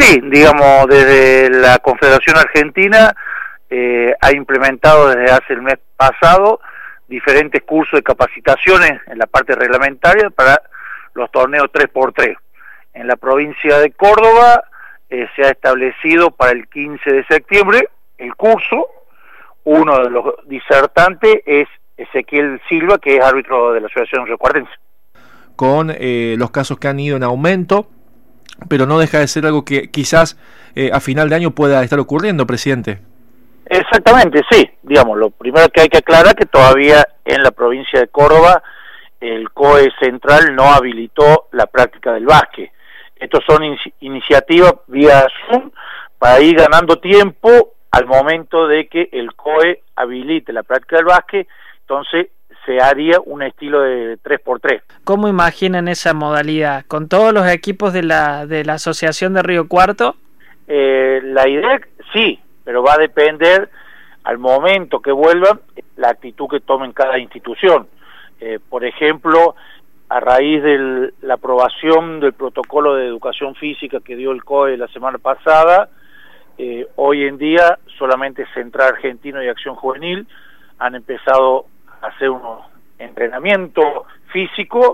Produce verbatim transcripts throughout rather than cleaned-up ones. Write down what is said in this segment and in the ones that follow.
Sí, digamos, desde la Confederación Argentina eh, ha implementado desde hace el mes pasado diferentes cursos de capacitaciones en la parte reglamentaria para los torneos tres por tres. En la provincia de Córdoba eh, se ha establecido para el quince de septiembre el curso. Uno de los disertantes es Ezequiel Silva, que es árbitro de la Asociación Riocuartense. Con eh, los casos que han ido en aumento, pero no deja de ser algo que quizás eh, a final de año pueda estar ocurriendo, presidente. Exactamente, sí. Digamos, lo primero que hay que aclarar que todavía en la provincia de Córdoba el C O E central no habilitó la práctica del básquet. Estos son in iniciativas vía Zoom para ir ganando tiempo al momento de que el C O E habilite la práctica del básquet. Entonces se haría un estilo de tres por tres. ¿Cómo imaginan esa modalidad? ¿Con todos los equipos de la, de la Asociación de Río Cuarto? Eh, la idea, sí, pero va a depender al momento que vuelvan la actitud que tomen cada institución. Eh, por ejemplo, a raíz de la aprobación del protocolo de educación física que dio el C O E la semana pasada, eh, hoy en día solamente Central Argentino y Acción Juvenil han empezado a hacer unos entrenamientos físicos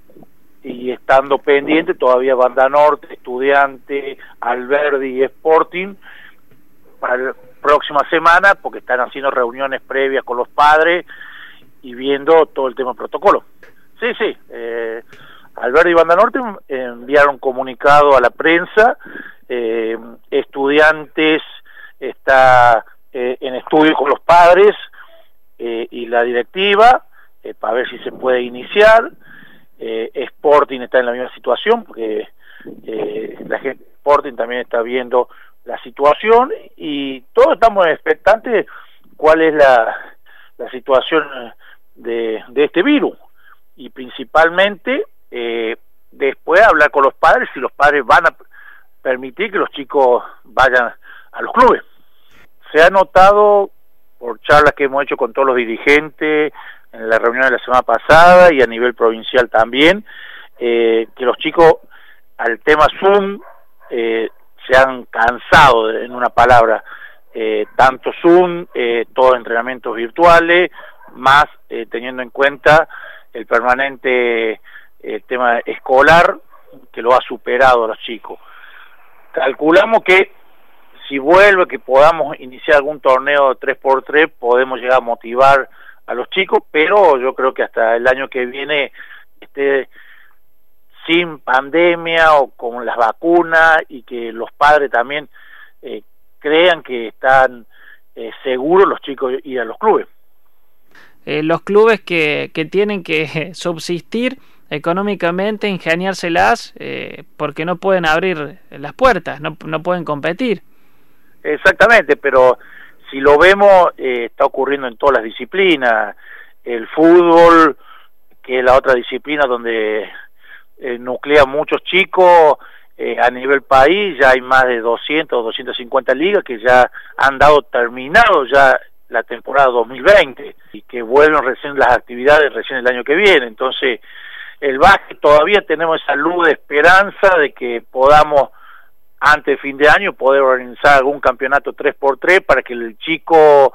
y estando pendiente todavía Banda Norte, Estudiante, Alberdi y Sporting para la próxima semana, porque están haciendo reuniones previas con los padres y viendo todo el tema protocolo. Sí, sí, eh, Alberdi y Banda Norte enviaron comunicado a la prensa, eh, Estudiantes está eh, en estudio con los padres eh, y la directiva, eh, para ver si se puede iniciar. eh, Sporting está en la misma situación, porque eh, la gente de Sporting también está viendo la situación y todos estamos expectantes cuál es la, la situación de, de este virus y principalmente eh, después hablar con los padres si los padres van a permitir que los chicos vayan a los clubes. Se ha notado por charlas que hemos hecho con todos los dirigentes en la reunión de la semana pasada y a nivel provincial también, eh, que los chicos al tema Zoom eh, se han cansado, de, en una palabra, eh, tanto Zoom, eh, todos entrenamientos virtuales, más eh, teniendo en cuenta el permanente eh, tema escolar que lo ha superado a los chicos. Calculamos que si vuelve, que podamos iniciar algún torneo tres por tres, podemos llegar a motivar a los chicos, pero yo creo que hasta el año que viene esté sin pandemia o con las vacunas y que los padres también eh, crean que están eh, seguros los chicos ir a los clubes. Eh, los clubes que, que tienen que subsistir económicamente, ingeniárselas, eh, porque no pueden abrir las puertas, no, no pueden competir. Exactamente, pero si lo vemos, eh, está ocurriendo en todas las disciplinas. El fútbol, que es la otra disciplina donde eh, nuclea muchos chicos, eh, a nivel país ya hay más de doscientas o doscientas cincuenta ligas que ya han dado terminado ya la temporada dos mil veinte y que vuelven recién las actividades recién el año que viene. Entonces el básquet todavía tenemos esa luz de esperanza de que podamos antes de fin de año poder organizar algún campeonato tres por tres para que el chico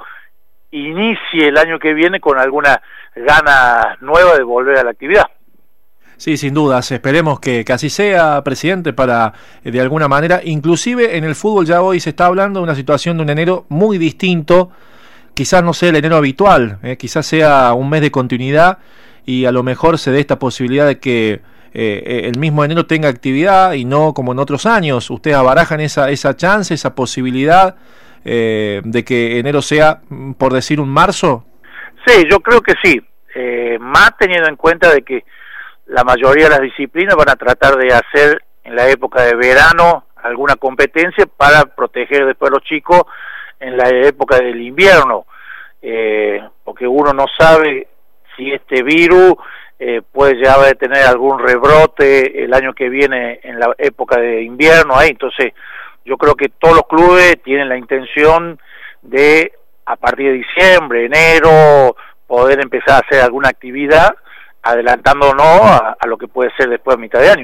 inicie el año que viene con alguna gana nueva de volver a la actividad. Sí, sin dudas, esperemos que, que así sea, presidente, para eh, de alguna manera, inclusive en el fútbol ya hoy se está hablando de una situación de un enero muy distinto, quizás no sea el enero habitual, eh, quizás sea un mes de continuidad y a lo mejor se dé esta posibilidad de que eh, el mismo enero tenga actividad y no como en otros años. ¿Ustedes abarajan esa, esa chance, esa posibilidad eh, de que enero sea, por decir, un marzo? Sí, yo creo que sí, eh, más teniendo en cuenta de que la mayoría de las disciplinas van a tratar de hacer en la época de verano alguna competencia para proteger después a los chicos en la época del invierno, eh, porque uno no sabe si este virus eh, puede llegar a tener algún rebrote el año que viene en la época de invierno ahí. Entonces yo creo que todos los clubes tienen la intención de a partir de diciembre, enero, poder empezar a hacer alguna actividad adelantándonos a, a lo que puede ser después a mitad de año.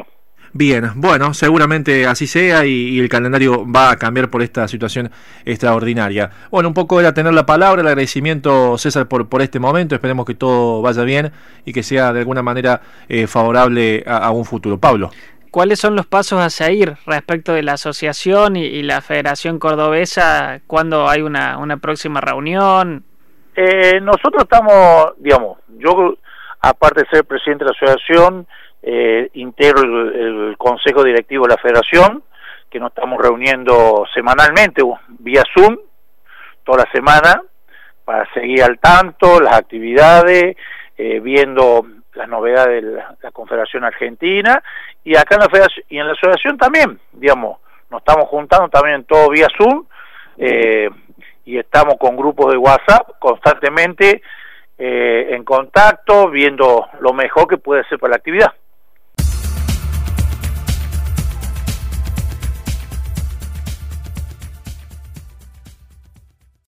Bien, bueno, seguramente así sea y, y el calendario va a cambiar por esta situación extraordinaria. Bueno, un poco era tener la palabra, el agradecimiento, César, por, por este momento. Esperemos que todo vaya bien y que sea de alguna manera eh, favorable a, a un futuro. Pablo. ¿Cuáles son los pasos a seguir respecto de la asociación y, y la Federación Cordobesa? ¿Cuándo hay una, una próxima reunión? Eh, nosotros estamos, digamos, yo aparte de ser presidente de la asociación, Eh, integro el, el Consejo Directivo de la Federación, que nos estamos reuniendo semanalmente vía Zoom toda la semana para seguir al tanto las actividades, eh, viendo las novedades de la, la Confederación Argentina, y acá en la Federación y en la asociación también, digamos, nos estamos juntando también todo vía Zoom, eh, y estamos con grupos de WhatsApp constantemente eh, en contacto, viendo lo mejor que puede ser para la actividad.